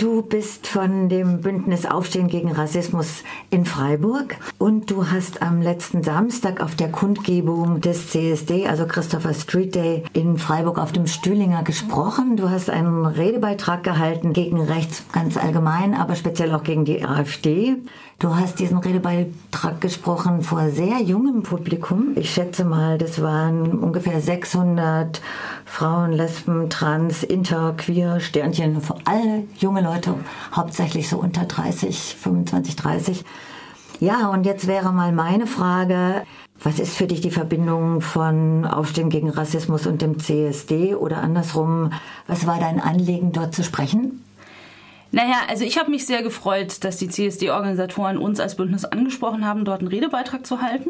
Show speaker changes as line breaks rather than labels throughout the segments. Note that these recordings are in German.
Du bist von dem Bündnis Aufstehen gegen Rassismus in Freiburg und du hast am letzten Samstag auf der Kundgebung des CSD, also Christopher Street Day, in Freiburg auf dem Stühlinger gesprochen. Du hast einen Redebeitrag gehalten gegen rechts ganz allgemein, aber speziell auch gegen die AfD. Du hast diesen Redebeitrag gesprochen vor sehr jungem Publikum. Ich schätze mal, das waren ungefähr 600 Frauen, Lesben, Trans, Inter, Queer, Sternchen, alle junge Leute, hauptsächlich so unter 30, 25, 30. Ja, und jetzt wäre mal meine Frage, was ist für dich die Verbindung von Aufstehen gegen Rassismus und dem CSD oder andersrum? Was war dein Anliegen, dort zu sprechen?
Naja, also ich habe mich sehr gefreut, dass die CSD-Organisatoren uns als Bündnis angesprochen haben, dort einen Redebeitrag zu halten.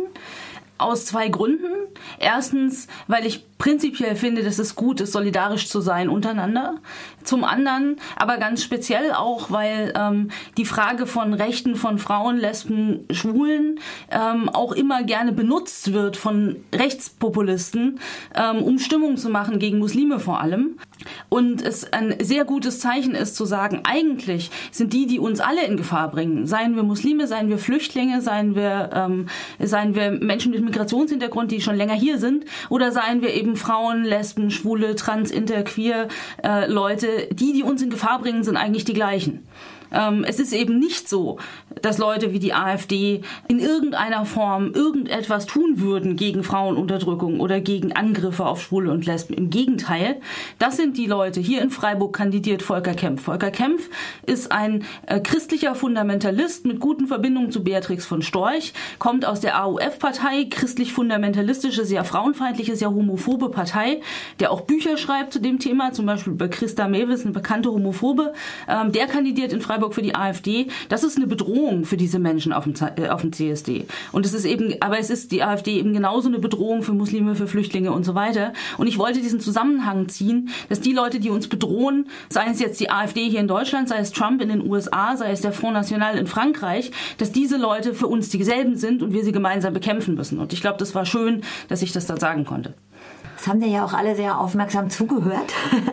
Aus 2 Gründen. Erstens, weil ich prinzipiell finde, dass es gut ist, solidarisch zu sein untereinander. Zum anderen, aber ganz speziell auch, weil die Frage von Rechten von Frauen, Lesben, Schwulen auch immer gerne benutzt wird von Rechtspopulisten, um Stimmung zu machen gegen Muslime vor allem. Und es ein sehr gutes Zeichen ist zu sagen, eigentlich sind die uns alle in Gefahr bringen. Seien wir Muslime, seien wir Flüchtlinge, seien wir Menschen mit Migrationshintergrund, die schon länger hier sind, oder seien wir eben Frauen, Lesben, Schwule, Trans, Inter, Queer Leute, die uns in Gefahr bringen, sind eigentlich die gleichen. Es ist eben nicht so, dass Leute wie die AfD in irgendeiner Form irgendetwas tun würden gegen Frauenunterdrückung oder gegen Angriffe auf Schwule und Lesben. Im Gegenteil, das sind die Leute. Hier in Freiburg kandidiert Volker Kempf. Volker Kempf ist ein christlicher Fundamentalist mit guten Verbindungen zu Beatrix von Storch, kommt aus der AUF-Partei, christlich-fundamentalistische, sehr frauenfeindliche, sehr homophobe Partei, der auch Bücher schreibt zu dem Thema, zum Beispiel über Christa Mewes, eine bekannte Homophobe. Der kandidiert in Freiburg für die AfD. Das ist eine Bedrohung für diese Menschen auf dem CSD. Und es ist die AfD eben genauso eine Bedrohung für Muslime, für Flüchtlinge und so weiter. Und ich wollte diesen Zusammenhang ziehen, dass die Leute, die uns bedrohen, sei es jetzt die AfD hier in Deutschland, sei es Trump in den USA, sei es der Front National in Frankreich, dass diese Leute für uns dieselben sind und wir sie gemeinsam bekämpfen müssen. Und ich glaube, das war schön, dass ich das da sagen konnte.
Das haben dir ja auch alle sehr aufmerksam zugehört.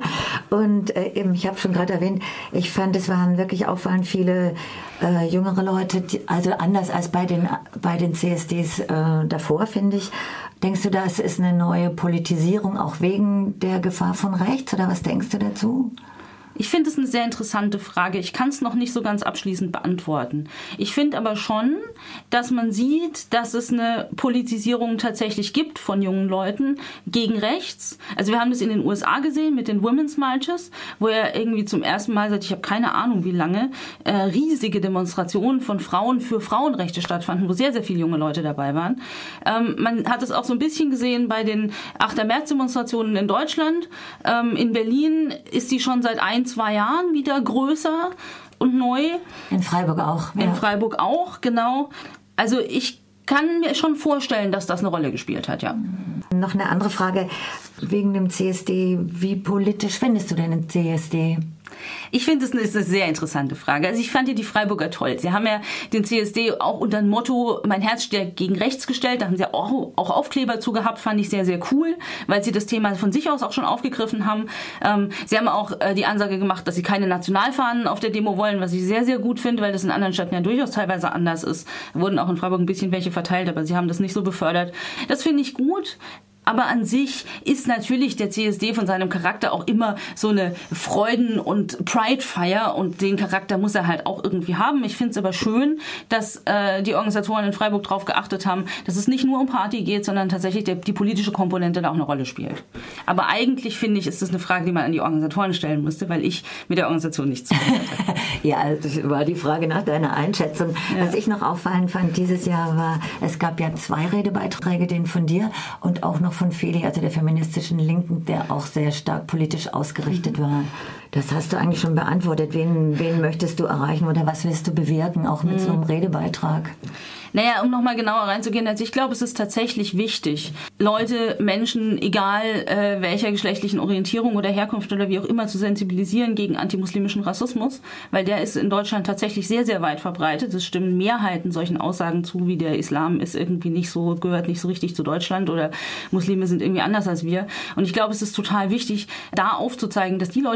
Und eben, ich habe schon gerade erwähnt, ich fand, es waren wirklich auffallend viele jüngere Leute, also anders als bei den CSDs davor, finde ich. Denkst du, das ist eine neue Politisierung, auch wegen der Gefahr von rechts? Oder was denkst du dazu?
Ich finde es eine sehr interessante Frage. Ich kann es noch nicht so ganz abschließend beantworten. Ich finde aber schon, dass man sieht, dass es eine Politisierung tatsächlich gibt von jungen Leuten gegen rechts. Also wir haben das in den USA gesehen mit den Women's Marches, wo ja irgendwie zum ersten Mal seit, ich habe keine Ahnung wie lange, riesige Demonstrationen von Frauen für Frauenrechte stattfanden, wo sehr, sehr viele junge Leute dabei waren. Man hat es auch so ein bisschen gesehen bei den 8. März-Demonstrationen in Deutschland. In Berlin ist die schon seit 2 Jahren wieder größer und neu.
In Freiburg auch.
Ja. In Freiburg auch, genau. Also ich kann mir schon vorstellen, dass das eine Rolle gespielt hat, ja.
Noch eine andere Frage wegen dem CSD. Wie politisch findest du denn den CSD?
Ich finde, das ist eine sehr interessante Frage. Also ich fand ja die Freiburger toll. Sie haben ja den CSD auch unter dem Motto Mein Herz stärkt gegen rechts gestellt. Da haben sie auch Aufkleber zu gehabt, fand ich sehr, sehr cool, weil sie das Thema von sich aus auch schon aufgegriffen haben. Sie haben auch die Ansage gemacht, dass sie keine Nationalfahnen auf der Demo wollen, was ich sehr, sehr gut finde, weil das in anderen Städten ja durchaus teilweise anders ist. Wurden auch in Freiburg ein bisschen welche verteilt, aber sie haben das nicht so befördert. Das finde ich gut. Aber an sich ist natürlich der CSD von seinem Charakter auch immer so eine Freuden- und Pride-Feier und den Charakter muss er halt auch irgendwie haben. Ich finde es aber schön, dass die Organisatoren in Freiburg darauf geachtet haben, dass es nicht nur um Party geht, sondern tatsächlich die politische Komponente da auch eine Rolle spielt. Aber eigentlich finde ich, ist das eine Frage, die man an die Organisatoren stellen müsste, weil ich mit der Organisation nichts zu tun habe.
Ja, das war die Frage nach deiner Einschätzung. Ja. Was ich noch auffallend fand dieses Jahr war, es gab ja 2 Redebeiträge, den von dir und auch noch von Feli, also der feministischen Linken, der auch sehr stark politisch ausgerichtet war. Das hast du eigentlich schon beantwortet. Wen möchtest du erreichen oder was willst du bewirken, auch mit so einem Redebeitrag?
Naja, um nochmal genauer reinzugehen, also ich glaube, es ist tatsächlich wichtig, Leute, Menschen, egal welcher geschlechtlichen Orientierung oder Herkunft oder wie auch immer, zu sensibilisieren gegen antimuslimischen Rassismus, weil der ist in Deutschland tatsächlich sehr, sehr weit verbreitet. Es stimmen Mehrheiten solchen Aussagen zu, wie der Islam ist irgendwie nicht so, gehört nicht so richtig zu Deutschland oder Muslime sind irgendwie anders als wir. Und ich glaube, es ist total wichtig, da aufzuzeigen, dass die Leute, die so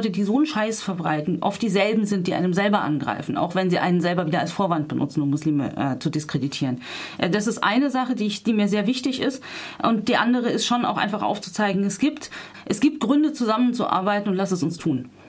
einen Scheiß verbreiten, oft dieselben sind, die einem selber angreifen, auch wenn sie einen selber wieder als Vorwand benutzen, um Muslime zu diskreditieren. Das ist eine Sache, die mir sehr wichtig ist. Und die andere ist schon auch einfach aufzuzeigen, es gibt Gründe, zusammenzuarbeiten und lass es uns tun.